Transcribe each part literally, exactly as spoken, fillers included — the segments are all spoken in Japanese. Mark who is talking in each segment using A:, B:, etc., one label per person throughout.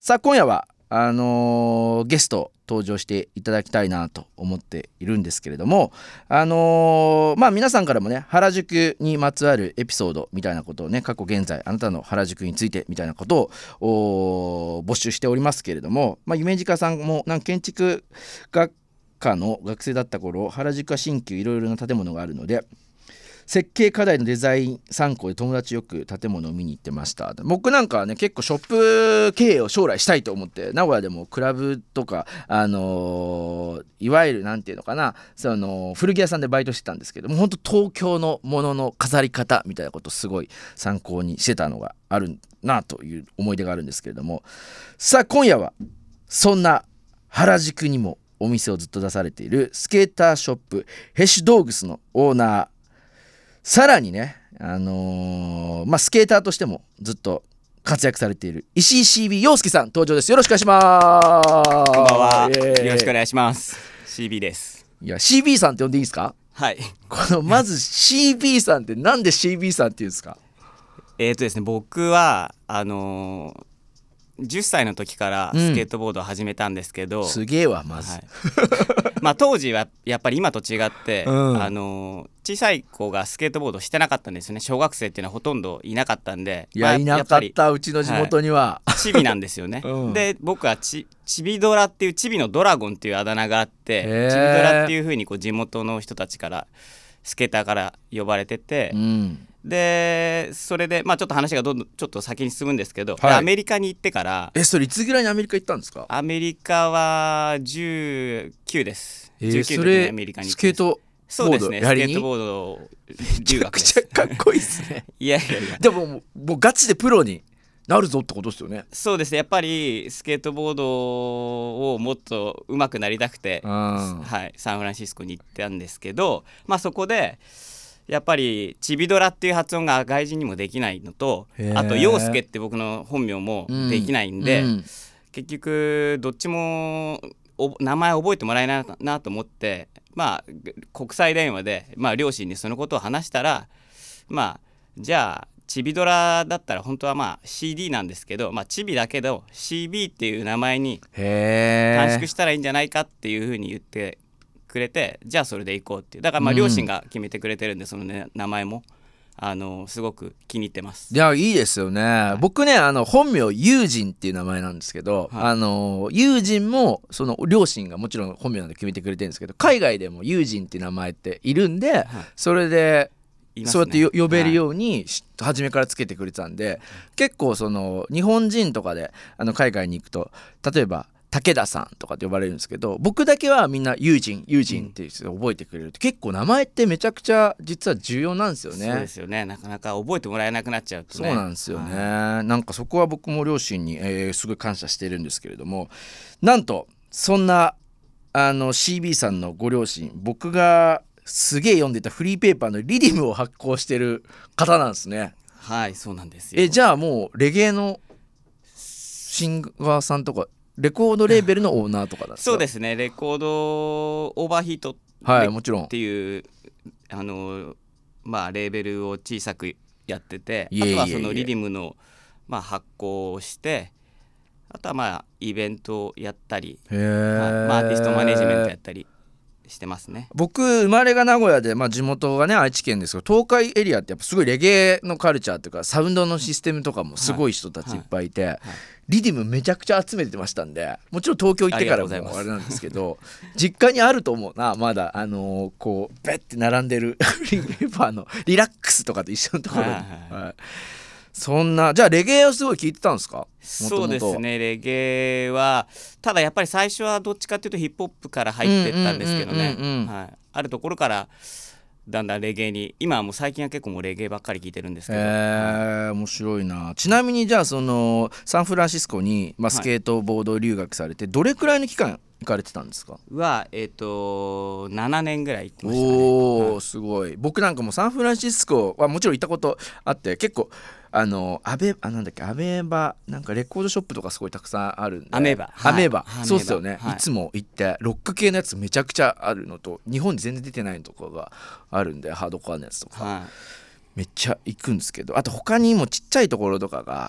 A: さあ今夜はあのーゲスト登場していただきたいなと思っているんですけれども、あのーまあ皆さんからもね、原宿にまつわるエピソードみたいなことをね、過去現在あなたの原宿についてみたいなことをお募集しておりますけれども、まあ夢近さんもなんか建築学科の学生だった頃、原宿は新旧いろいろな建物があるので、設計課題のデザイン参考で友達よく建物を見に行ってました。僕なんかはね、結構ショップ経営を将来したいと思って名古屋でもクラブとか、あのー、いわゆるなんていうのかな、その古着屋さんでバイトしてたんですけども、本当東京のものの飾り方みたいなことをすごい参考にしてたのがあるなという思い出があるんですけれども、さあ今夜はそんな原宿にもお店をずっと出されているスケーターショップヘシュドーグスのオーナー、さらにね、あのーまあ、スケーターとしてもずっと活躍されている石井 シービー 陽介さん登場です。よろしくお願いします。
B: こんばんは、よろしくお願いします。 シービー です。
A: いや シービー さんって呼んでいいですか？
B: はい。
A: このまず シービー さんってなんで シービー さんって言うんですか？
B: えーとですね僕はあのーじゅっさいの時からスケートボードを始めたんですけど、うん、
A: すげえわまず、はい、
B: まあ当時はやっぱり今と違って、
A: うん、
B: あのー、小さい子がスケートボードしてなかったんですよね。小学生っていうのはほとんどいなかったんで、
A: いや、まあ、いなかったうちの地元には、
B: はい、チビなんですよね、うん、で僕はチ、チビドラっていうチビのドラゴンっていうあだ名があって、チビドラっていう風にこう地元の人たちからスケーターから呼ばれてて、うん、でそれでまあちょっと話がどんどんちょっと先に進むんですけど、はい、アメリカに行ってから。
A: えそれいつぐらいにアメリカ行ったんですか？
B: アメリカはじゅうきゅうです。
A: えー、
B: じゅうきゅうの時にアメリカに行って
A: スケート
B: そうですね、スケートボード留学です。
A: めちゃくちゃかっこいいですね
B: いやいやいや、
A: でももう、もうガチでプロになるぞってことですよね。
B: そうですね、やっぱりスケートボードをもっと上手くなりたくて、はい、サンフランシスコに行ったんですけど、まあそこでやっぱりチビドラっていう発音が外人にもできないのと、あと陽介って僕の本名もできないんで、うんうん、結局どっちも名前覚えてもらえないなと思って、まあ国際電話で、まあ、両親にそのことを話したら、まあじゃあチビドラだったら本当はまあ シーディー なんですけど、まあ、チビだけど シービー っていう名前に短縮したらいいんじゃないかっていうふうに言ってくれて、じゃあそれで行こうっていう。だからまあ両親が決めてくれてるんで、その、ね、名前もあのすごく気に入ってます。
A: いやいいですよね、はい、僕ねあの本名ユージンっていう名前なんですけど、はい、あのユージンもその両親がもちろん本名なんで決めてくれてるんですけど、海外でもユージンっていう名前っているんで、はい、それでそうやって呼べるように初めからつけてくれてたんで、はい、結構その日本人とかであの海外に行くと例えば武田さんとかって呼ばれるんですけど、僕だけはみんなユージンユージンって覚えてくれると、結構名前ってめちゃくちゃ実は重要なんですよね。
B: そうですよね、なかなか覚えてもらえなくなっちゃうとね。
A: そうなんですよね、はい、なんかそこは僕も両親に、えー、すごい感謝してるんですけれども、なんとそんなあの シービー さんのご両親、僕がすげえ読んでたフリーペーパーのリディムを発行してる方なんですね。
B: はい、そうなんですよ。
A: えじゃあもうレゲエのシンガーさんとかレコードレーベルのオーナーとかだった？
B: そうですね、レコードオーバーヒートっていうあの、まあ、レーベルを小さくやってて、あとはそのリディムの、まあ、発行をして、あとはまあイベントをやったり、
A: へー、
B: まあまあ、アーティストマネジメントやったりしてますね。
A: 僕生まれが名古屋で、まあ、地元がね愛知県ですけど、東海エリアってやっぱすごいレゲエのカルチャーというかサウンドのシステムとかもすごい人たちいっぱいいて、はいはいはい、リディムめちゃくちゃ集めてましたんで、もちろん東京行ってからもあれなんですけど実家にあると思うな、まだあのー、こうベッて並んでるフリーペーパーのリラックスとかと一緒のところに、はいはいはい、そんなじゃあレゲエをすごい聞いてたんですか？
B: そうですね、レゲエはただやっぱり最初はどっちかっていうとヒップホップから入ってったんですけどね、あるところからだんだんレゲエに、今はもう最近は結構もうレゲエばっかり聞いてるんですけど、
A: えー、面白いな。ちなみにじゃあそのサンフランシスコに、まあ、スケートボード留学されて、はい、どれくらいの期間行かれてたんですか？
B: はえっ、ー、とななねんぐらい行ってましたね。
A: おー、
B: はい、
A: すごい。僕なんかもサンフランシスコはもちろん行ったことあって、結構あのアベあなんだっけアメーバなんかレコードショップとかすごいたくさんあるんで、
B: アメーバ、
A: はい、アメーバ、
B: はい、
A: そうですよね、
B: はい、
A: いつも行ってロック系のやつめちゃくちゃあるのと、日本に全然出てないところがあるんでハードコアのやつとか、はい、めっちゃ行くんですけど、あと他にもちっちゃいところとかが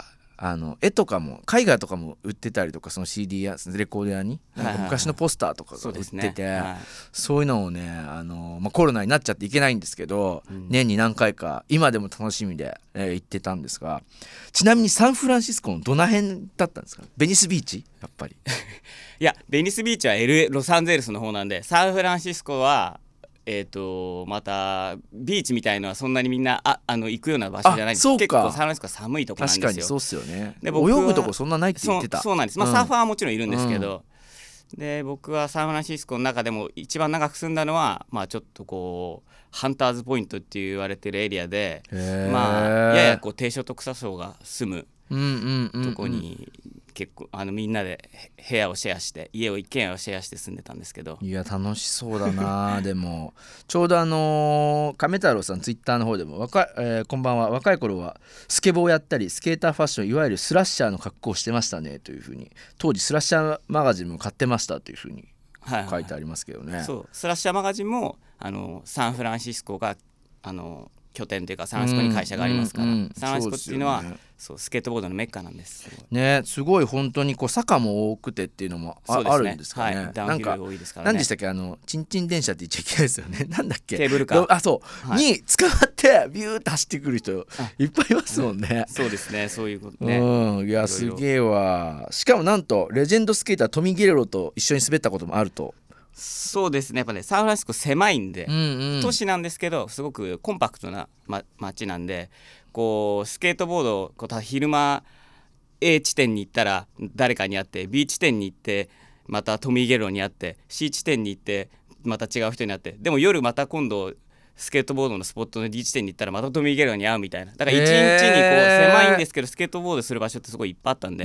A: あの絵とかも絵画とかも売ってたりとか、その シーディー やレコード屋になんか昔のポスターとかが売ってて、
B: そうですねはい、
A: そういうのをね、あの、まあ、コロナになっちゃっていけないんですけど、うん、年に何回か今でも楽しみで、えー、行ってたんですが、ちなみにサンフランシスコのどの辺だったんですか？ベニスビーチやっぱり
B: いやベニスビーチは エルエー ロサンゼルスの方なんで、サンフランシスコはえー、とまたビーチみたいのはそんなにみんなああの行くような場所じゃないんです。結構サンフランシスコは寒いとこなんですよ。
A: 確かにそうっすよね。
B: で
A: 僕泳ぐとこそんなないって言ってた。
B: そ う, そうなんです、まあ、サーファーはもちろんいるんですけど、うん、で僕はサンフランシスコの中でも一番長く住んだのは、まあ、ちょっとこうハンターズポイントって言われてるエリアで、まあ、ややこう低所得者層が住むとこに結構あのみんなで部屋をシェアして家を一軒家をシェアして住んでたんですけど、
A: いや楽しそうだなでもちょうどあのー、亀太郎さんツイッターの方でも若い、えー、こんばんは、若い頃はスケボーやったりスケーターファッションいわゆるスラッシャーの格好をしてましたねというふうに、当時スラッシャーマガジンも買ってましたというふうに書いてありますけどね、はいはいはい、
B: そうスラッシャーマガジンもあのサンフランシスコがあの拠点というかサンフランシスコに会社がありますから、うんうん、サンフランシスコっていうのは そうですよね、そうスケートボードのメッカなんです
A: ね。すごい本当にこう坂も多くてっていうのも あ,
B: ね、
A: あるんですかね、
B: はい、ダウンヒル多いですからね。
A: 何でしたっけ、あのチンチン電車って言っちゃいけないですよねなんだっけ、
B: ケーブルカー、
A: あそう、はい、に捕まってビューって走ってくる人いっぱいいますもんね
B: そうですね、そういうことね、
A: うん、いやすげえわ。しかもなんとレジェンドスケータートミー・ゲレロと一緒に滑ったこともあると。
B: そうですね、やっぱねサンフランシスコ狭いんで、うんうん、都市なんですけどすごくコンパクトな、ま、街なんで、こうスケートボードこう昼間 A 地点に行ったら誰かに会って B 地点に行ってまたトミー・ゲレロに会って C 地点に行ってまた違う人に会って、でも夜また今度スケートボードのスポットの D 地点に行ったらまたトミー・ゲレロに会うみたいな、だから一日にこう狭いんですけどスケートボードする場所ってすごいいっぱいあったんで、うん、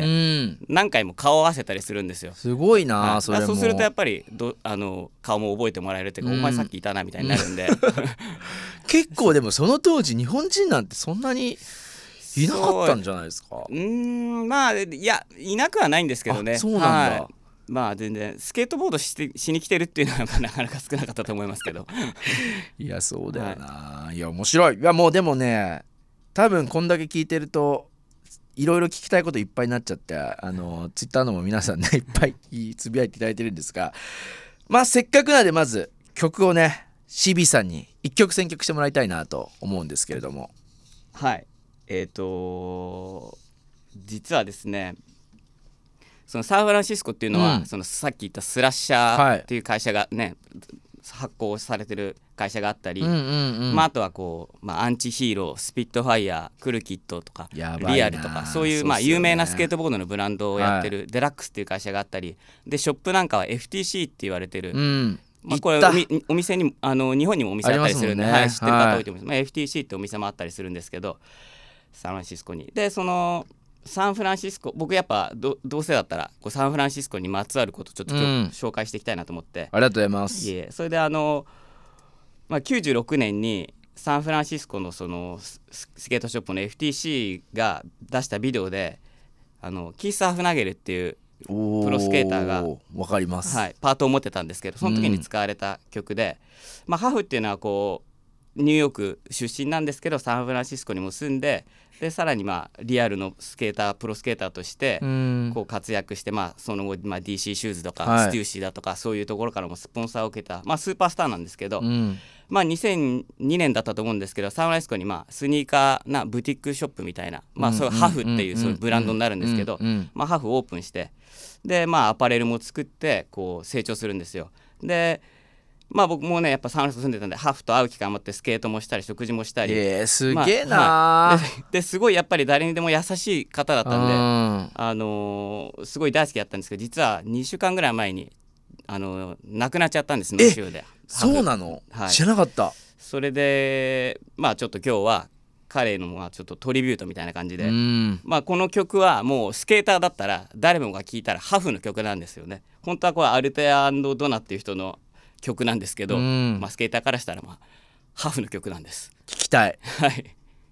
B: 何回も顔を合わせたりするんですよ。
A: すごいな、
B: はい、
A: それも
B: そうするとやっぱりどあの顔も覚えてもらえるっていうか、うん、お前さっきいたなみたいになるんで、うん、
A: 結構でもその当時日本人なんてそんなにいなかったんじゃないですか。
B: うーんまあいやいなくはないんですけどね。
A: そうなんだ、はい、
B: まあ全然スケートボード し, しに来てるっていうのはなかなか少なかったと思いますけど
A: いやそうだよな、はい、いや面白い。いやもうでもね多分こんだけ聞いてるといろいろ聞きたいこといっぱいになっちゃって、あのツイッターのも皆さんねいっぱいつぶやいていただいてるんですが、まあせっかくなんでまず曲をね シービー さんにいっきょく選曲してもらいたいなと思うんですけれども。
B: はいえーと実はですねそのサンフランシスコっていうのは、うん、そのさっき言ったスラッシャーっていう会社がね、はい、発行されてる会社があったり、うんうんうんまあ、あとはこう、まあ、アンチヒーロースピットファイヤークルキットとかリアルとかそういう、まあ、有名なスケートボードのブランドをやってる、はい、デラックスっていう会社があったりで、ショップなんかは エフティーシー って言われてる、うんまあ、これ お, お店にあの日本にもお店あったりするんで、ねはい、知ってる方多いと思います、はいまあ、エフティーシー ってお店もあったりするんですけどサンフランシスコにでそのサンフランシスコ僕やっぱ ど, どうせだったらこうサンフランシスコにまつわることちょっと今日紹介していきたいなと思って、
A: うん、ありがとうございます。
B: いえそれであの、まあ、きゅうじゅうろくねんにサンフランシスコのそのスケートショップの エフティーシー が出したビデオであのキース・ハフナゲルっていうプロスケーターが
A: わかります、
B: はい、パートを持ってたんですけどその時に使われた曲で、うんまあ、ハフっていうのはこうニューヨーク出身なんですけどサンフランシスコにも住んででさらにまあリアルのスケータープロスケーターとしてこう活躍して、まあ、その後、まあ、ディーシー シューズとか、はい、ステューシーだとかそういうところからもスポンサーを受けた、まあ、スーパースターなんですけど、うんまあ、にせんにねんだったと思うんですけどサンフランシスコにまあスニーカーなブティックショップみたいな、まあ、そういうハフっていうそういうブランドになるんですけど、まあ、ハフオープンしてで、まあ、アパレルも作ってこう成長するんですよ。でまあ僕もねやっぱサンフランシスコ住んでたんでハフと会う機会もあってスケートもしたり食事もしたり、
A: えー、すげえな、
B: まあはい、ですごいやっぱり誰にでも優しい方だったんで、あのー、すごい大好きだったんですけど実はにしゅうかんぐらい前に、あのー、亡くなっちゃったんです脳腫瘍で。
A: そうなの、はい、知らなかった。
B: それでまあちょっと今日は彼のまあちょっとトリビュートみたいな感じで、まあ、この曲はもうスケーターだったら誰もが聴いたらハフの曲なんですよね。本当はこれアルテア&ドナっていう人の曲なんですけど、まあ、スケーターからしたらまあハフの曲なんです。
A: 聞きたい。
B: はい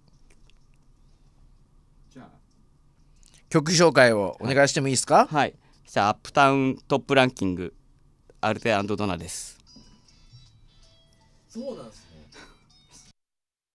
A: じゃあ曲紹介をお願いしてもいいですか。
B: はい、はい、じゃあアップタウントップランキングアルテア&ドナです。
A: そうなんです。